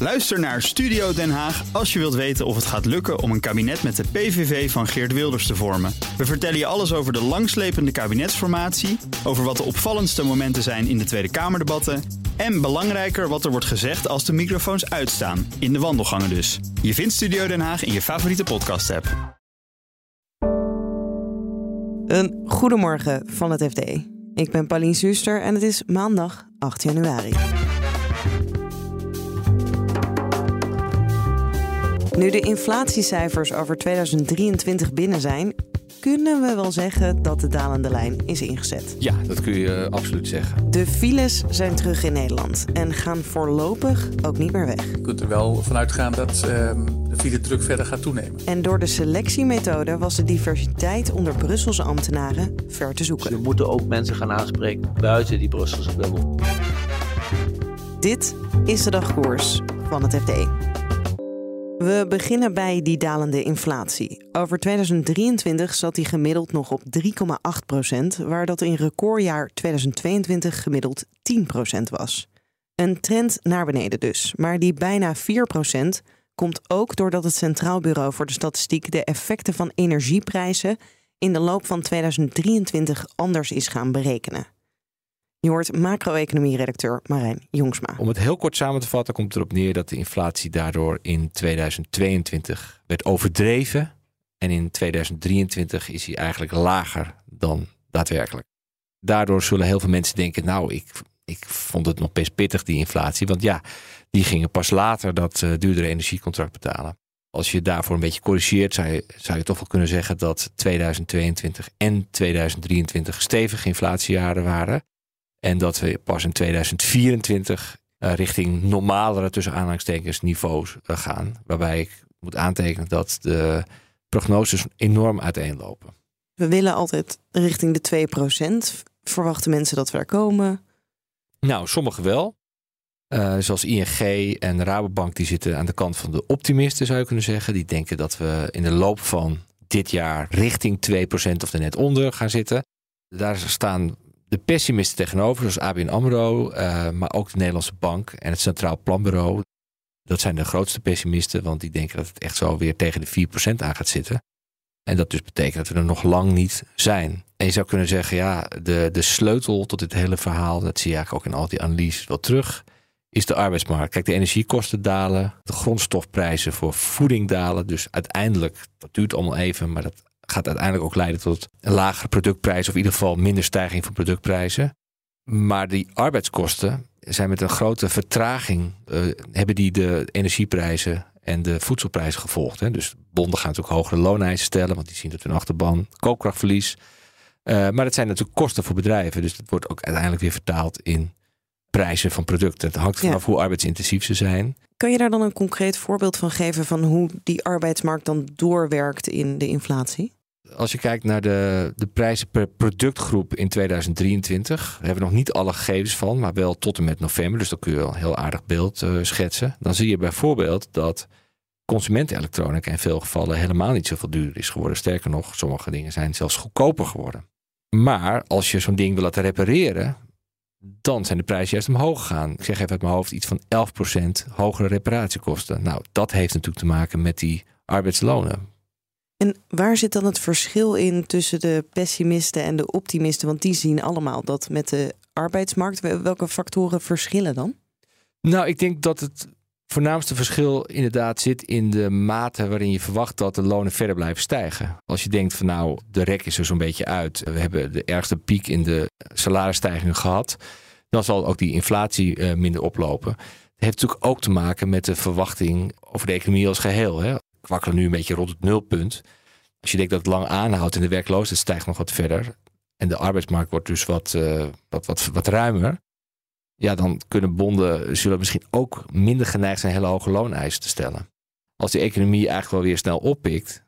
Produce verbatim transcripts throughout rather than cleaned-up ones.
Luister naar Studio Den Haag als je wilt weten of het gaat lukken om een kabinet met de P V V van Geert Wilders te vormen. We vertellen je alles over de langslepende kabinetsformatie, over wat de opvallendste momenten zijn in de Tweede Kamerdebatten en belangrijker wat er wordt gezegd als de microfoons uitstaan, in de wandelgangen dus. Je vindt Studio Den Haag in je favoriete podcast-app. Een goedemorgen van het F D. Ik ben Paulien Zuster en het is maandag acht januari. Nu de inflatiecijfers over tweeduizend drieëntwintig binnen zijn, kunnen we wel zeggen dat de dalende lijn is ingezet. Ja, dat kun je uh, absoluut zeggen. De files zijn terug in Nederland en gaan voorlopig ook niet meer weg. Je kunt er wel vanuit gaan dat uh, de filedruk verder gaat toenemen. En door de selectiemethode was de diversiteit onder Brusselse ambtenaren ver te zoeken. We moeten ook mensen gaan aanspreken buiten die Brusselse bubbel. Dit is de dagkoers van het F D. We beginnen bij die dalende inflatie. Over tweeduizend drieëntwintig zat die gemiddeld nog op drie komma acht procent, waar dat in recordjaar tweeduizend tweeëntwintig gemiddeld tien procent was. Een trend naar beneden dus, maar die bijna vier procent komt ook doordat het Centraal Bureau voor de Statistiek de effecten van energieprijzen in de loop van tweeduizend drieëntwintig anders is gaan berekenen. Je hoort macro-economie-redacteur Marijn Jongsma. Om het heel kort samen te vatten komt het erop neer dat de inflatie daardoor in tweeduizend tweeëntwintig werd overdreven. En in tweeduizend drieëntwintig is hij eigenlijk lager dan daadwerkelijk. Daardoor zullen heel veel mensen denken, nou, ik, ik vond het nog best pittig die inflatie. Want ja, die gingen pas later dat uh, duurdere energiecontract betalen. Als je daarvoor een beetje corrigeert, zou je, zou je toch wel kunnen zeggen dat tweeduizend tweeëntwintig en tweeduizend drieëntwintig stevige inflatiejaren waren. En dat we pas in tweeduizend vierentwintig uh, richting normalere tussen aanhalingstekens niveaus uh, gaan. Waarbij ik moet aantekenen dat de prognoses enorm uiteenlopen. We willen altijd richting de twee procent. Verwachten mensen dat we daar komen? Nou, sommigen wel. Uh, zoals I N G en Rabobank, die zitten aan de kant van de optimisten, zou je kunnen zeggen. Die denken dat we in de loop van dit jaar richting twee procent of er net onder gaan zitten. Daar staan de pessimisten tegenover, zoals A B N AMRO, uh, maar ook de Nederlandse Bank en het Centraal Planbureau. Dat zijn de grootste pessimisten, want die denken dat het echt zo weer tegen de vier procent aan gaat zitten. En dat dus betekent dat we er nog lang niet zijn. En je zou kunnen zeggen, ja, de, de sleutel tot dit hele verhaal, dat zie je eigenlijk ook in al die analyses wel terug, is de arbeidsmarkt. Kijk, de energiekosten dalen, de grondstofprijzen voor voeding dalen. Dus uiteindelijk, dat duurt allemaal even, maar dat gaat uiteindelijk ook leiden tot een lagere productprijs, of in ieder geval minder stijging van productprijzen. Maar die arbeidskosten zijn met een grote vertraging, uh, hebben die de energieprijzen en de voedselprijzen gevolgd. Hè. Dus bonden gaan natuurlijk hogere looneisen stellen, want die zien dat hun achterban koopkrachtverlies. Uh, maar het zijn natuurlijk kosten voor bedrijven, dus dat wordt ook uiteindelijk weer vertaald in prijzen van producten. Het hangt vanaf ja. hoe arbeidsintensief ze zijn. Kan je daar dan een concreet voorbeeld van geven van hoe die arbeidsmarkt dan doorwerkt in de inflatie? Als je kijkt naar de, de prijzen per productgroep in tweeduizend drieëntwintig, daar hebben we nog niet alle gegevens van, maar wel tot en met november. Dus dan kun je wel een heel aardig beeld uh, schetsen. Dan zie je bijvoorbeeld dat consumentenelektronica in veel gevallen helemaal niet zoveel duurder is geworden. Sterker nog, sommige dingen zijn zelfs goedkoper geworden. Maar als je zo'n ding wil laten repareren, dan zijn de prijzen juist omhoog gegaan. Ik zeg even uit mijn hoofd iets van elf procent hogere reparatiekosten. Nou, dat heeft natuurlijk te maken met die arbeidslonen. En waar zit dan het verschil in tussen de pessimisten en de optimisten? Want die zien allemaal dat met de arbeidsmarkt. Welke factoren verschillen dan? Nou, ik denk dat het voornaamste verschil inderdaad zit in de mate waarin je verwacht dat de lonen verder blijven stijgen. Als je denkt van nou, de rek is er zo'n beetje uit. We hebben de ergste piek in de salarisstijgingen gehad. Dan zal ook die inflatie uh, minder oplopen. Het heeft natuurlijk ook te maken met de verwachting over de economie als geheel. Hè. We kwakkelen nu een beetje rond het nulpunt. Als je denkt dat het lang aanhoudt en de werkloosheid stijgt nog wat verder en de arbeidsmarkt wordt dus wat, uh, wat, wat, wat ruimer, ja, dan kunnen bonden zullen misschien ook minder geneigd zijn hele hoge looneisen te stellen. Als de economie eigenlijk wel weer snel oppikt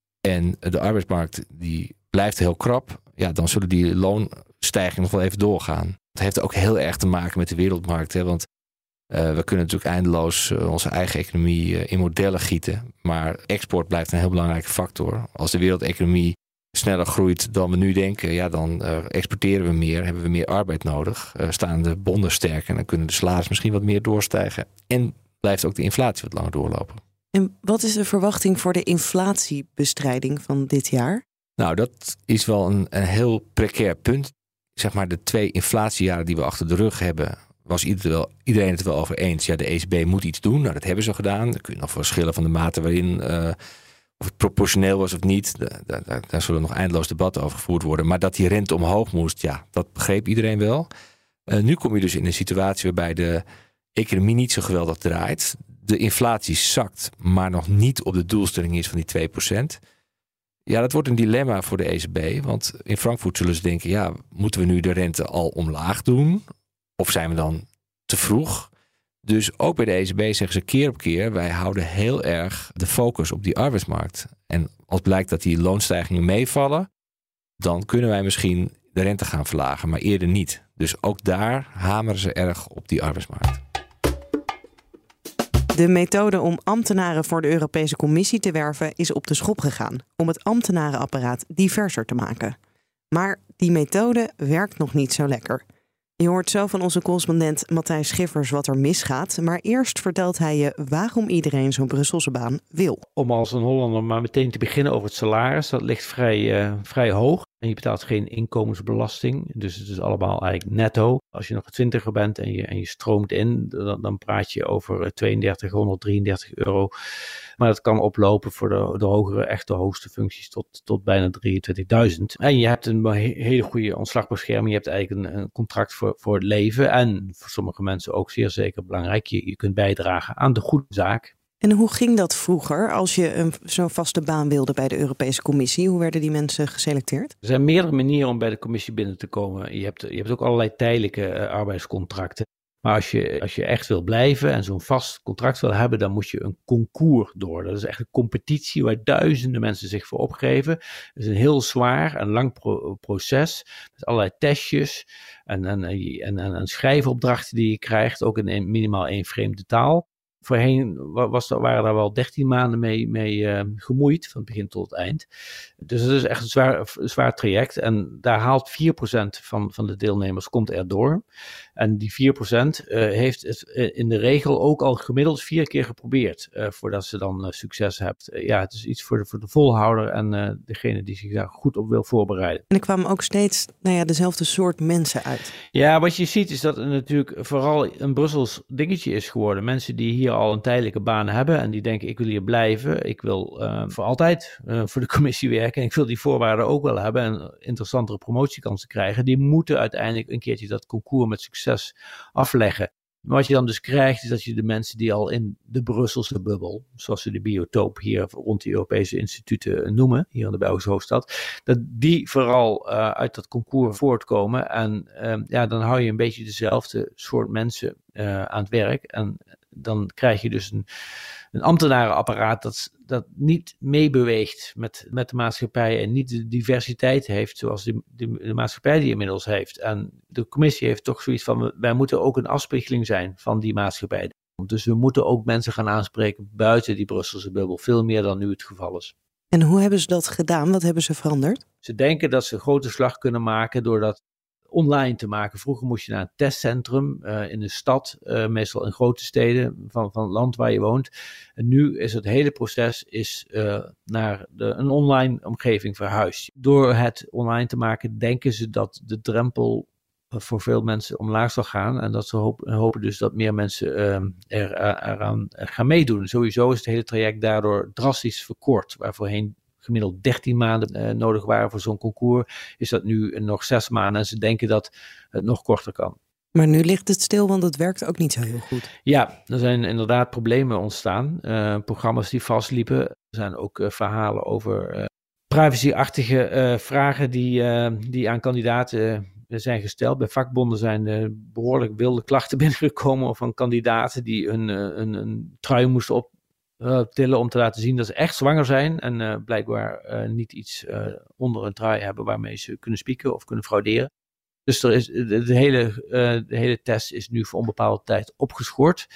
en de arbeidsmarkt die blijft heel krap, ja, dan zullen die loonstijgingen nog wel even doorgaan. Het heeft ook heel erg te maken met de wereldmarkt, hè, want Uh, we kunnen natuurlijk eindeloos uh, onze eigen economie uh, in modellen gieten. Maar export blijft een heel belangrijke factor. Als de wereldeconomie sneller groeit dan we nu denken, ja, dan uh, exporteren we meer, hebben we meer arbeid nodig. Uh, staan de bonden sterker en dan kunnen de salarissen misschien wat meer doorstijgen. En blijft ook de inflatie wat langer doorlopen. En wat is de verwachting voor de inflatiebestrijding van dit jaar? Nou, dat is wel een, een heel precair punt. Zeg maar de twee inflatiejaren die we achter de rug hebben, was iedereen het wel over eens. Ja, de E C B moet iets doen. Nou, dat hebben ze gedaan. Dan kun je nog verschillen van de mate waarin, uh, of het proportioneel was of niet. Daar, daar, daar zullen nog eindeloos debatten over gevoerd worden. Maar dat die rente omhoog moest, ja, dat begreep iedereen wel. Uh, nu kom je dus in een situatie waarbij de economie niet zo geweldig draait. De inflatie zakt, maar nog niet op de doelstelling is van die twee procent. Ja, dat wordt een dilemma voor de E C B. Want in Frankfurt zullen ze denken, ja, moeten we nu de rente al omlaag doen? Of zijn we dan te vroeg? Dus ook bij de E C B zeggen ze keer op keer, wij houden heel erg de focus op die arbeidsmarkt. En als blijkt dat die loonstijgingen meevallen, dan kunnen wij misschien de rente gaan verlagen, maar eerder niet. Dus ook daar hameren ze erg op die arbeidsmarkt. De methode om ambtenaren voor de Europese Commissie te werven is op de schop gegaan, om het ambtenarenapparaat diverser te maken. Maar die methode werkt nog niet zo lekker. Je hoort zo van onze correspondent Matthijs Schiffers wat er misgaat, maar eerst vertelt hij je waarom iedereen zo'n Brusselse baan wil. Om als een Hollander maar meteen te beginnen over het salaris, dat ligt vrij, uh, vrij hoog. En je betaalt geen inkomensbelasting, dus het is allemaal eigenlijk netto. Als je nog een twintiger bent en je, en je stroomt in, dan, dan praat je over tweeëndertig, honderddrieëndertig euro. Maar dat kan oplopen voor de, de hogere, echt de hoogste functies tot, tot bijna drieëntwintigduizend. En je hebt een hele goede ontslagbescherming. Je hebt eigenlijk een, een contract voor, voor het leven. En voor sommige mensen ook zeer zeker belangrijk. Je, je kunt bijdragen aan de goede zaak. En hoe ging dat vroeger als je een, zo'n vaste baan wilde bij de Europese Commissie? Hoe werden die mensen geselecteerd? Er zijn meerdere manieren om bij de commissie binnen te komen. Je hebt, je hebt ook allerlei tijdelijke uh, arbeidscontracten. Maar als je, als je echt wil blijven en zo'n vast contract wil hebben, dan moet je een concours door. Dat is echt een competitie waar duizenden mensen zich voor opgeven. Het is een heel zwaar en lang pro- proces met allerlei testjes en, en, en, en, en schrijfopdrachten die je krijgt, ook in, in minimaal één vreemde taal. Voorheen was, waren daar wel dertien maanden mee, mee uh, gemoeid, van het begin tot het eind. Dus het is echt een zwaar, zwaar traject. En daar haalt vier procent van, van de deelnemers komt erdoor. En die vier procent uh, heeft het in de regel ook al gemiddeld vier keer geprobeerd, uh, voordat ze dan uh, succes hebt. Uh, ja, het is iets voor de, voor de volhouder en uh, degene die zich daar goed op wil voorbereiden. En er kwamen ook steeds nou ja, dezelfde soort mensen uit. Ja, wat je ziet is dat het natuurlijk vooral een Brussels dingetje is geworden. Mensen die hier al een tijdelijke baan hebben en die denken, ik wil hier blijven, ik wil uh, voor altijd uh, voor de commissie werken en ik wil die voorwaarden ook wel hebben en interessantere promotiekansen krijgen, die moeten uiteindelijk een keertje dat concours met succes afleggen. Maar wat je dan dus krijgt, is dat je de mensen die al in de Brusselse bubbel, zoals ze de biotoop hier rond die Europese instituten noemen, hier in de Belgische hoofdstad, dat die vooral uh, uit dat concours voortkomen. En uh, ja, dan hou je een beetje dezelfde soort mensen uh, aan het werk. En dan krijg je dus een, een ambtenarenapparaat dat, dat niet meebeweegt met, met de maatschappij en niet de diversiteit heeft zoals de, de, de maatschappij die inmiddels heeft. En de commissie heeft toch zoiets van, wij moeten ook een afspiegeling zijn van die maatschappij. Dus we moeten ook mensen gaan aanspreken buiten die Brusselse bubbel, veel meer dan nu het geval is. En hoe hebben ze dat gedaan? Wat hebben ze veranderd? Ze denken dat ze een grote slag kunnen maken door dat online te maken. Vroeger moest je naar een testcentrum uh, in de stad, uh, meestal in grote steden van, van het land waar je woont. En nu is het hele proces is, uh, naar de, een online omgeving verhuisd. Door het online te maken denken ze dat de drempel voor veel mensen omlaag zal gaan en dat ze hoop, hopen dus dat meer mensen uh, er, er, eraan gaan meedoen. Sowieso is het hele traject daardoor drastisch verkort, waar voorheen gemiddeld dertien maanden uh, nodig waren voor zo'n concours, is dat nu nog zes maanden en ze denken dat het nog korter kan. Maar nu ligt het stil, want het werkt ook niet zo heel goed. Ja, er zijn inderdaad problemen ontstaan. Uh, programma's die vastliepen. Er zijn ook uh, verhalen over uh, privacy-achtige uh, vragen die, uh, die aan kandidaten uh, zijn gesteld. Bij vakbonden zijn uh, behoorlijk wilde klachten binnengekomen van kandidaten die een, een, een trui moesten op Uh, tillen om te laten zien dat ze echt zwanger zijn en uh, blijkbaar uh, niet iets uh, onder een trui hebben waarmee ze kunnen spieken of kunnen frauderen. Dus er is, de, de, hele, uh, de hele test is nu voor onbepaalde tijd opgeschort.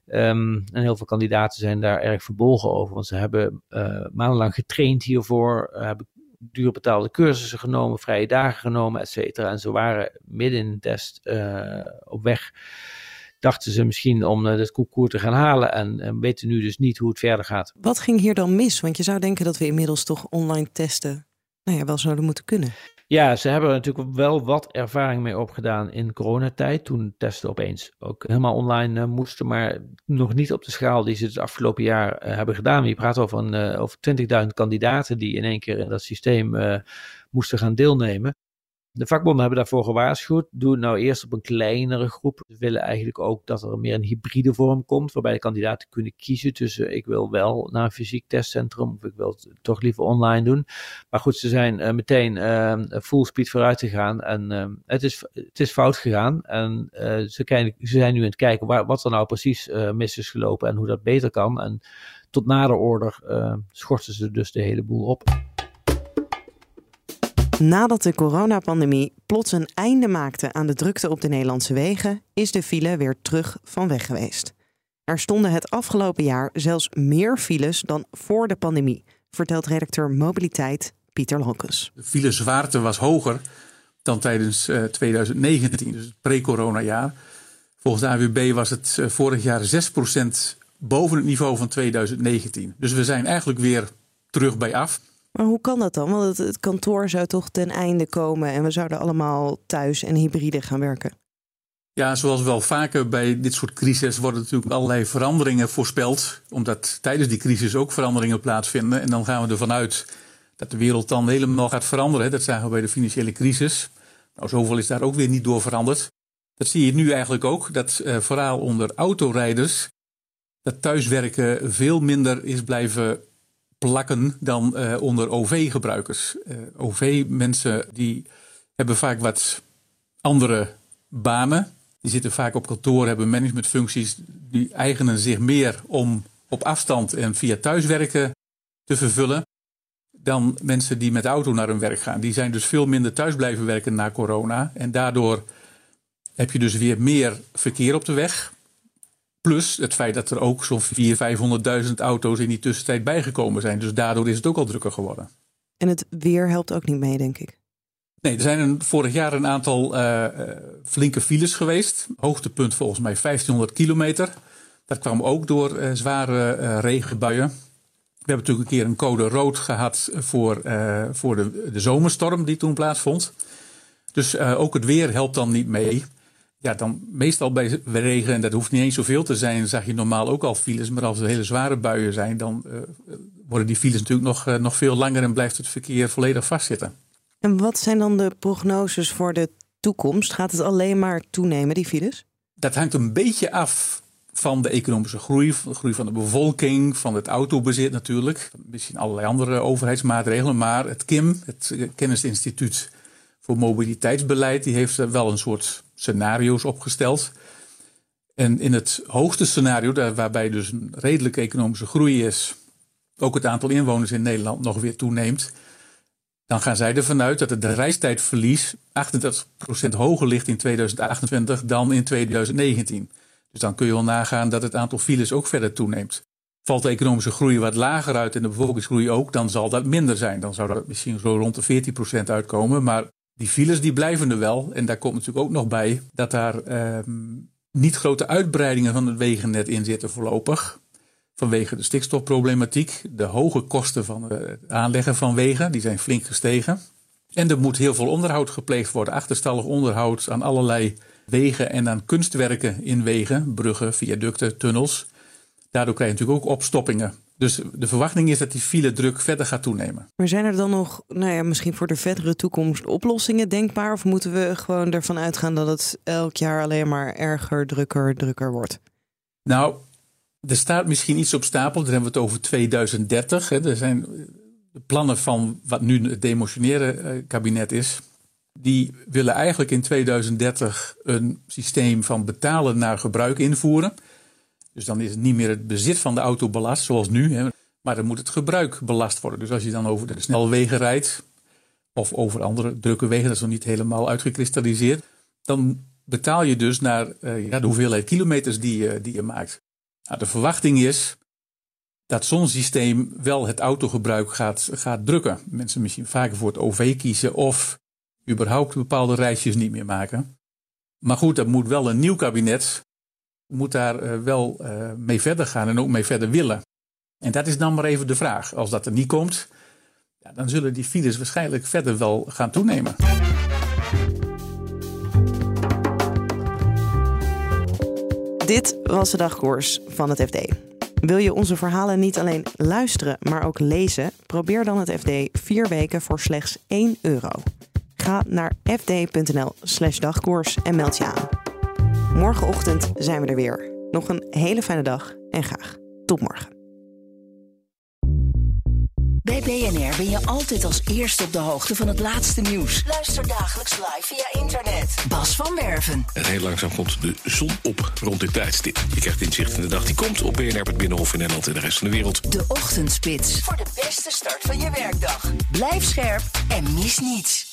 Um, en heel veel kandidaten zijn daar erg verbolgen over, want ze hebben uh, maandenlang getraind hiervoor, uh, hebben duur betaalde cursussen genomen, vrije dagen genomen, et cetera. En ze waren midden in de test uh, op weg dachten ze misschien om uh, het concours te gaan halen en uh, weten nu dus niet hoe het verder gaat. Wat ging hier dan mis? Want je zou denken dat we inmiddels toch online testen nou ja, wel zouden moeten kunnen. Ja, ze hebben er natuurlijk wel wat ervaring mee opgedaan in coronatijd. Toen testen opeens ook helemaal online uh, moesten, maar nog niet op de schaal die ze het afgelopen jaar uh, hebben gedaan. Je praat over, een, uh, over twintigduizend kandidaten die in één keer in dat systeem uh, moesten gaan deelnemen. De vakbonden hebben daarvoor gewaarschuwd. Doe het nou eerst op een kleinere groep. We willen eigenlijk ook dat er meer een hybride vorm komt, waarbij de kandidaten kunnen kiezen tussen ik wil wel naar een fysiek testcentrum of ik wil het toch liever online doen. Maar goed, ze zijn uh, meteen uh, full speed vooruit gegaan en uh, het, is, het is fout gegaan. En uh, ze, kijken, ze zijn nu aan het kijken waar, wat er nou precies uh, mis is gelopen en hoe dat beter kan. En tot nader order uh, schorten ze dus de hele boel op. Nadat de coronapandemie plots een einde maakte aan de drukte op de Nederlandse wegen, is de file weer terug van weg geweest. Er stonden het afgelopen jaar zelfs meer files dan voor de pandemie, vertelt redacteur Mobiliteit Pieter Locus. De filezwaarte was hoger dan tijdens uh, twintig negentien, dus het pre-coronajaar. Volgens de A W B was het uh, vorig jaar zes procent boven het niveau van twintig negentien. Dus we zijn eigenlijk weer terug bij af. Maar hoe kan dat dan? Want het, het kantoor zou toch ten einde komen en we zouden allemaal thuis en hybride gaan werken. Ja, zoals wel vaker bij dit soort crisis worden natuurlijk allerlei veranderingen voorspeld. Omdat tijdens die crisis ook veranderingen plaatsvinden. En dan gaan we ervan uit dat de wereld dan helemaal gaat veranderen. Dat zagen we bij de financiële crisis. Nou, zoveel is daar ook weer niet door veranderd. Dat zie je nu eigenlijk ook. Dat uh, vooral onder autorijders dat thuiswerken veel minder is blijven plakken dan uh, onder O V-gebruikers. Uh, O V-mensen die hebben vaak wat andere banen. Die zitten vaak op kantoor, hebben managementfuncties. Die eigenen zich meer om op afstand en via thuiswerken te vervullen dan mensen die met de auto naar hun werk gaan. Die zijn dus veel minder thuis blijven werken na corona. En daardoor heb je dus weer meer verkeer op de weg. Plus het feit dat er ook zo'n vierhonderdduizend, vijfhonderdduizend auto's in die tussentijd bijgekomen zijn. Dus daardoor is het ook al drukker geworden. En het weer helpt ook niet mee, denk ik. Nee, er zijn een, vorig jaar een aantal uh, flinke files geweest. Hoogtepunt volgens mij vijftienhonderd kilometer. Dat kwam ook door uh, zware uh, regenbuien. We hebben natuurlijk een keer een code rood gehad voor, uh, voor de, de zomerstorm die toen plaatsvond. Dus uh, ook het weer helpt dan niet mee. Ja, dan meestal bij regen, en dat hoeft niet eens zoveel te zijn, zag je normaal ook al files. Maar als er hele zware buien zijn, dan uh, worden die files natuurlijk nog, uh, nog veel langer en blijft het verkeer volledig vastzitten. En wat zijn dan de prognoses voor de toekomst? Gaat het alleen maar toenemen, die files? Dat hangt een beetje af van de economische groei, van de groei van de bevolking, van het autobezit natuurlijk. Misschien allerlei andere overheidsmaatregelen, maar het K I M, het Kennisinstituut voor Mobiliteitsbeleid, die heeft wel een soort scenario's opgesteld. En in het hoogste scenario, daar, waarbij dus een redelijke economische groei is, ook het aantal inwoners in Nederland nog weer toeneemt, dan gaan zij ervan uit dat het reistijdverlies achtendertig procent hoger ligt in tweeduizend achtentwintig dan in tweeduizend negentien. Dus dan kun je wel nagaan dat het aantal files ook verder toeneemt. Valt de economische groei wat lager uit en de bevolkingsgroei ook, dan zal dat minder zijn. Dan zou dat misschien zo rond de veertien procent uitkomen. Maar die files die blijven er wel. En daar komt natuurlijk ook nog bij dat daar eh, niet grote uitbreidingen van het wegennet in zitten voorlopig. Vanwege de stikstofproblematiek, de hoge kosten van het aanleggen van wegen, die zijn flink gestegen. En er moet heel veel onderhoud gepleegd worden, achterstallig onderhoud aan allerlei wegen en aan kunstwerken in wegen, bruggen, viaducten, tunnels. Daardoor krijg je natuurlijk ook opstoppingen. Dus de verwachting is dat die file-druk verder gaat toenemen. Maar zijn er dan nog, nou ja, misschien voor de verdere toekomst oplossingen denkbaar? Of moeten we gewoon ervan uitgaan dat het elk jaar alleen maar erger, drukker, drukker wordt? Nou, er staat misschien iets op stapel. Dan hebben we het over tweeduizend dertig. Hè. Er zijn de plannen van wat nu het demotionaire kabinet is. Die willen eigenlijk in tweeduizend dertig een systeem van betalen naar gebruik invoeren. Dus dan is het niet meer het bezit van de auto belast, zoals nu. Hè, maar dan moet het gebruik belast worden. Dus als je dan over de snelwegen rijdt, of over andere drukke wegen, dat is nog niet helemaal uitgekristalliseerd, dan betaal je dus naar uh, ja, de hoeveelheid kilometers die je, die je maakt. Nou, de verwachting is dat zo'n systeem wel het autogebruik gaat, gaat drukken. Mensen misschien vaker voor het O V kiezen of überhaupt bepaalde reisjes niet meer maken. Maar goed, dat moet wel een nieuw kabinet moet daar uh, wel uh, mee verder gaan en ook mee verder willen. En dat is dan maar even de vraag. Als dat er niet komt, ja, dan zullen die files waarschijnlijk verder wel gaan toenemen. Dit was de dagkoers van het F D. Wil je onze verhalen niet alleen luisteren, maar ook lezen? Probeer dan het F D vier weken voor slechts één euro. Ga naar fd.nl slash dagkoers en meld je aan. Morgenochtend zijn we er weer. Nog een hele fijne dag en graag tot morgen. Bij B N R ben je altijd als eerste op de hoogte van het laatste nieuws. Luister dagelijks live via internet. Bas van Werven. En heel langzaam komt de zon op rond dit tijdstip. Je krijgt inzicht in de dag die komt op B N R, het Binnenhof in Nederland en de rest van de wereld. De Ochtendspits. Voor de beste start van je werkdag. Blijf scherp en mis niets.